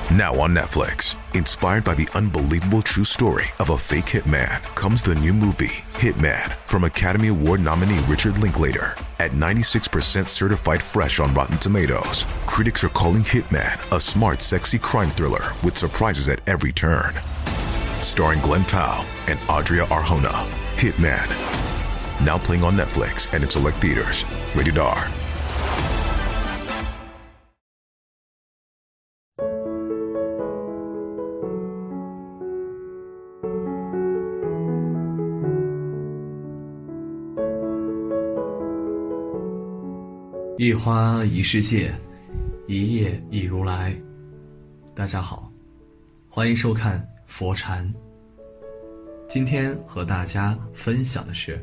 Now on Netflix, inspired by the unbelievable true story of a fake hitman, comes the new movie, Hitman, from Academy Award nominee Richard Linklater. At 96% certified fresh on Rotten Tomatoes, critics are calling Hitman a smart, sexy crime thriller with surprises at every turn. Starring Glenn Powell and Adria Arjona, Hitman. Now playing on Netflix and in select theaters. Rated R. 一花一世界，一叶一如来。大家好，欢迎收看佛禅。今天和大家分享的是，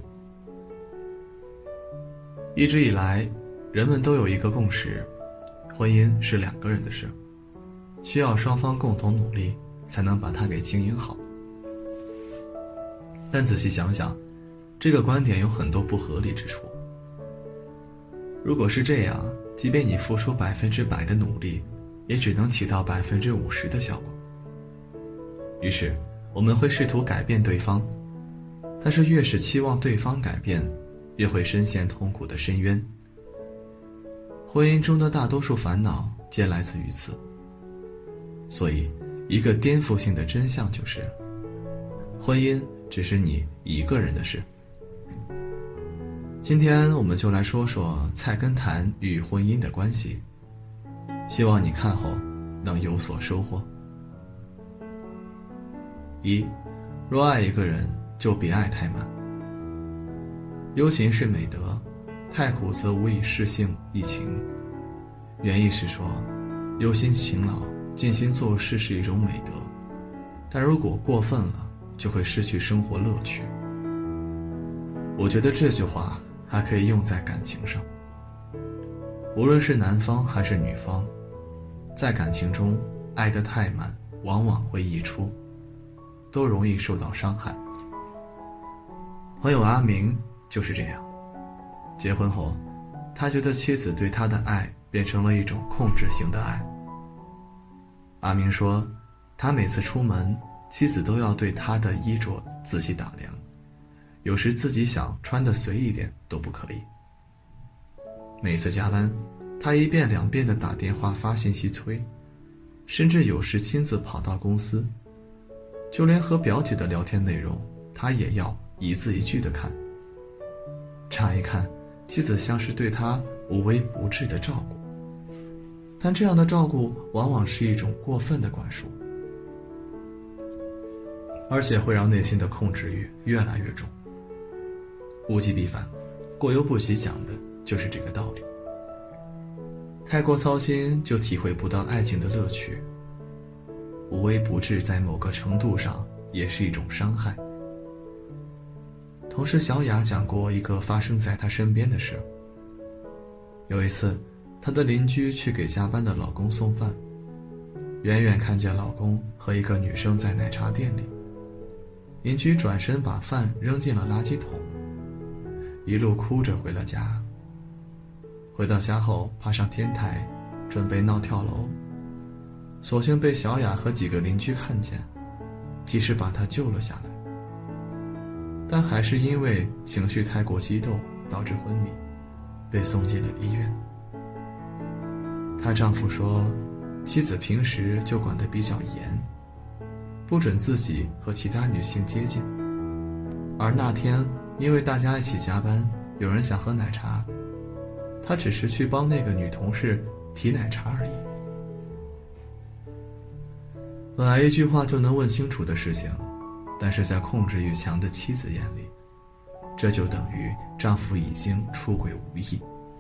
一直以来人们都有一个共识，婚姻是两个人的事，需要双方共同努力才能把它给经营好。但仔细想想，这个观点有很多不合理之处。如果是这样，即便你付出100%的努力，也只能起到50%的效果。于是我们会试图改变对方，但是越是期望对方改变，越会深陷痛苦的深渊。婚姻中的大多数烦恼皆来自于此。所以一个颠覆性的真相就是，婚姻只是你一个人的事。今天我们就来说说菜根谭与婚姻的关系，希望你看后能有所收获。一，若爱一个人，就别爱太满。忧勤是美德，太苦则无以适性易情。原意是说，忧心勤劳、尽心做事是一种美德，但如果过分了，就会失去生活乐趣。我觉得这句话还可以用在感情上。无论是男方还是女方，在感情中爱得太满，往往会溢出，都容易受到伤害。朋友阿明就是这样，结婚后，他觉得妻子对他的爱变成了一种控制型的爱。阿明说，他每次出门，妻子都要对他的衣着仔细打量，有时自己想穿得随意点都不可以。每次加班，他一遍两遍地打电话发信息催，甚至有时亲自跑到公司，就连和表姐的聊天内容，他也要一字一句地看。乍一看，妻子像是对他无微不至的照顾，但这样的照顾往往是一种过分的管束，而且会让内心的控制欲越来越重。物极必反，过犹不及讲的就是这个道理。太过操心，就体会不到爱情的乐趣。无微不至在某个程度上也是一种伤害。同事小雅讲过一个发生在她身边的事。有一次，她的邻居去给加班的老公送饭，远远看见老公和一个女生在奶茶店里，邻居转身把饭扔进了垃圾桶，一路哭着回了家。回到家后，爬上天台准备闹跳楼，所幸被小雅和几个邻居看见，及时把她救了下来，但还是因为情绪太过激动导致昏迷，被送进了医院。她丈夫说，妻子平时就管得比较严，不准自己和其他女性接近，而那天因为大家一起加班，有人想喝奶茶，他只是去帮那个女同事提奶茶而已。本来一句话就能问清楚的事情，但是在控制欲强的妻子眼里，这就等于丈夫已经出轨无益。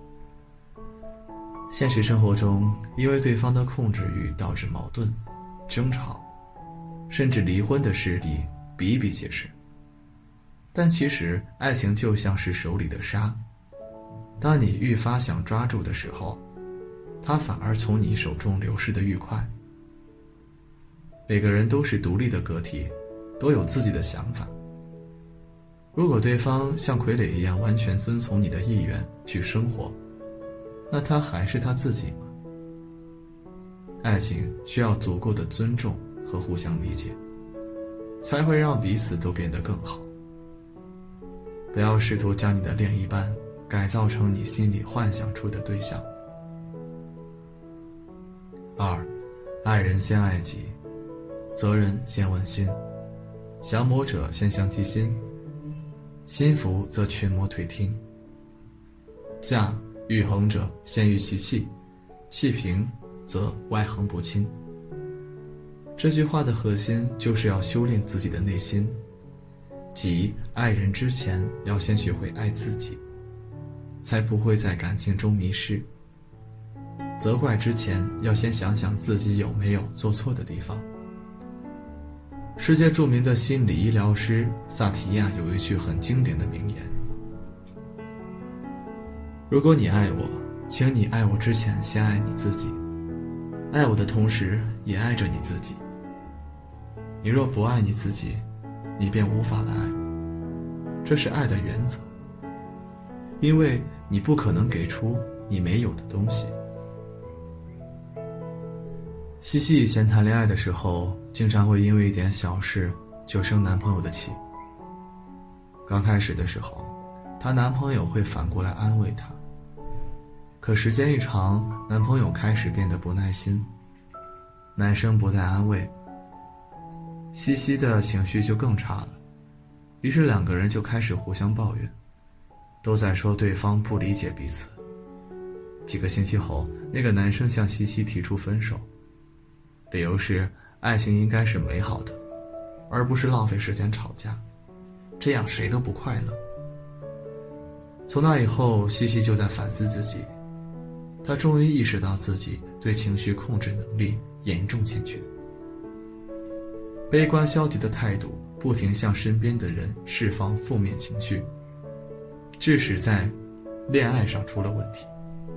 现实生活中，因为对方的控制欲导致矛盾、争吵，甚至离婚的事例比比皆是。但其实爱情就像是手里的沙，当你愈发想抓住的时候，它反而从你手中流逝得愈快。每个人都是独立的个体，都有自己的想法。如果对方像傀儡一样完全遵从你的意愿去生活，那他还是他自己吗？ 爱情需要足够的尊重和互相理解，才会让彼此都变得更好。不要试图将你的另一半改造成你心里幻想出的对象。2. 爱人先爱己，责人先问心，降魔者先降其心，心服则群魔退听。驾驭衡者先御其气，气平则外衡不侵。这句话的核心就是要修炼自己的内心，即爱人之前要先学会爱自己，才不会在感情中迷失。责怪之前要先想想自己有没有做错的地方。世界著名的心理医疗师萨提亚有一句很经典的名言：如果你爱我，请你爱我之前先爱你自己，爱我的同时也爱着你自己。你若不爱你自己，你便无法来爱我，这是爱的原则，因为你不可能给出你没有的东西。西西以前谈恋爱的时候，经常会因为一点小事就生男朋友的气。刚开始的时候，她男朋友会反过来安慰她，可时间一长，男朋友开始变得不耐心，男生不再安慰，西西的情绪就更差了。于是两个人就开始互相抱怨，都在说对方不理解彼此。几个星期后，那个男生向西西提出分手，理由是爱情应该是美好的，而不是浪费时间吵架，这样谁都不快乐。从那以后，西西就在反思自己，她终于意识到自己对情绪控制能力严重欠缺，悲观消极的态度，不停向身边的人释放负面情绪，致使在恋爱上出了问题。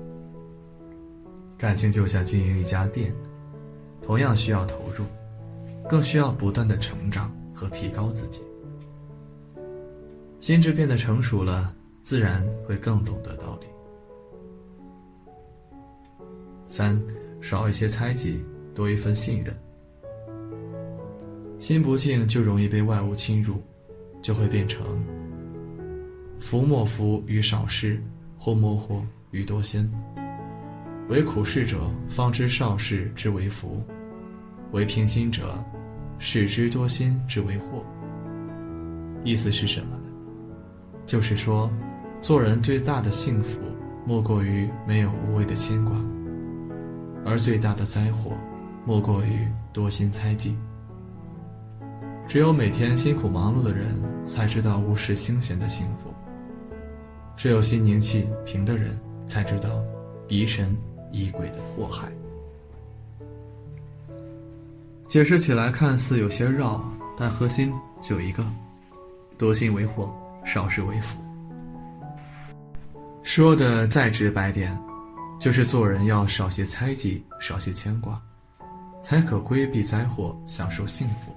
感情就像经营一家店，同样需要投入，更需要不断的成长和提高自己。心智变得成熟了，自然会更懂得道理。3. 少一些猜忌，多一份信任。心不静就容易被外物侵入，就会变成福莫福于少事，祸莫祸于多先。为苦事者，方知少事之为福；为平心者，使之多心之为祸。意思是什么呢？就是说，做人最大的幸福，莫过于没有无谓的牵挂，而最大的灾祸，莫过于多心猜忌。只有每天辛苦忙碌的人，才知道无事清闲的幸福；只有心宁气平的人，才知道疑神疑鬼的祸害。解释起来看似有些绕，但核心就一个：多心为祸，少事为福。说的再直白点，就是做人要少些猜忌，少些牵挂，才可规避灾祸，享受幸福。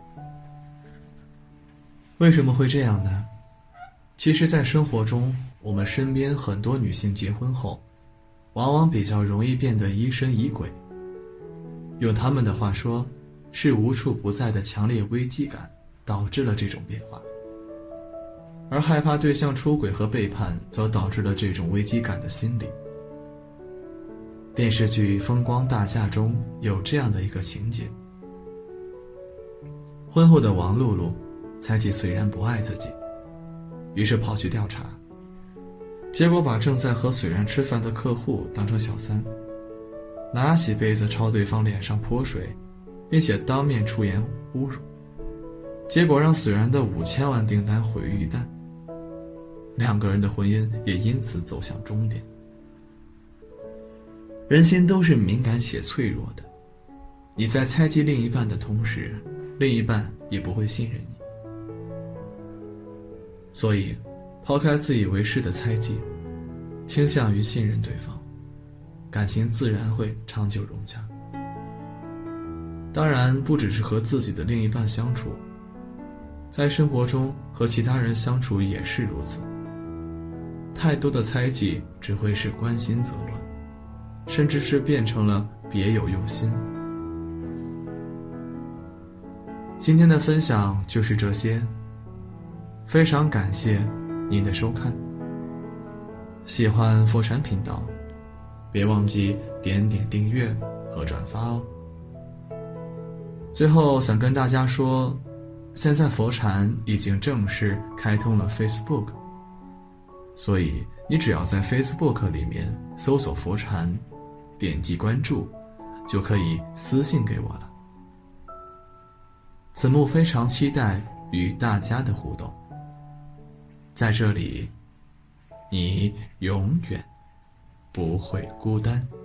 为什么会这样呢？其实在生活中，我们身边很多女性结婚后，往往比较容易变得疑神疑鬼。用他们的话说，是无处不在的强烈危机感导致了这种变化，而害怕对象出轨和背叛则导致了这种危机感的心理。电视剧《风光大嫁》中有这样的一个情节：婚后的王露露猜忌虽然不爱自己，于是跑去调查，结果把正在和水然吃饭的客户当成小三，拿起杯子朝对方脸上泼水，并且当面出言侮辱，结果让水然的5000万订单毁于一旦，两个人的婚姻也因此走向终点。人心都是敏感且脆弱的，你在猜忌另一半的同时，另一半也不会信任你。所以抛开自以为是的猜忌，倾向于信任对方，感情自然会长久融洽。当然不只是和自己的另一半相处，在生活中和其他人相处也是如此。太多的猜忌只会使关心则乱，甚至是变成了别有用心， 今天的分享就是这些，非常感谢您的收看。喜欢佛禅频道，别忘记点点订阅和转发哦。最后想跟大家说，现在佛禅已经正式开通了 Facebook， 所以你只要在 Facebook 里面搜索佛禅，点击关注，就可以私信给我了。子木非常期待与大家的互动，在这里，你永远不会孤单。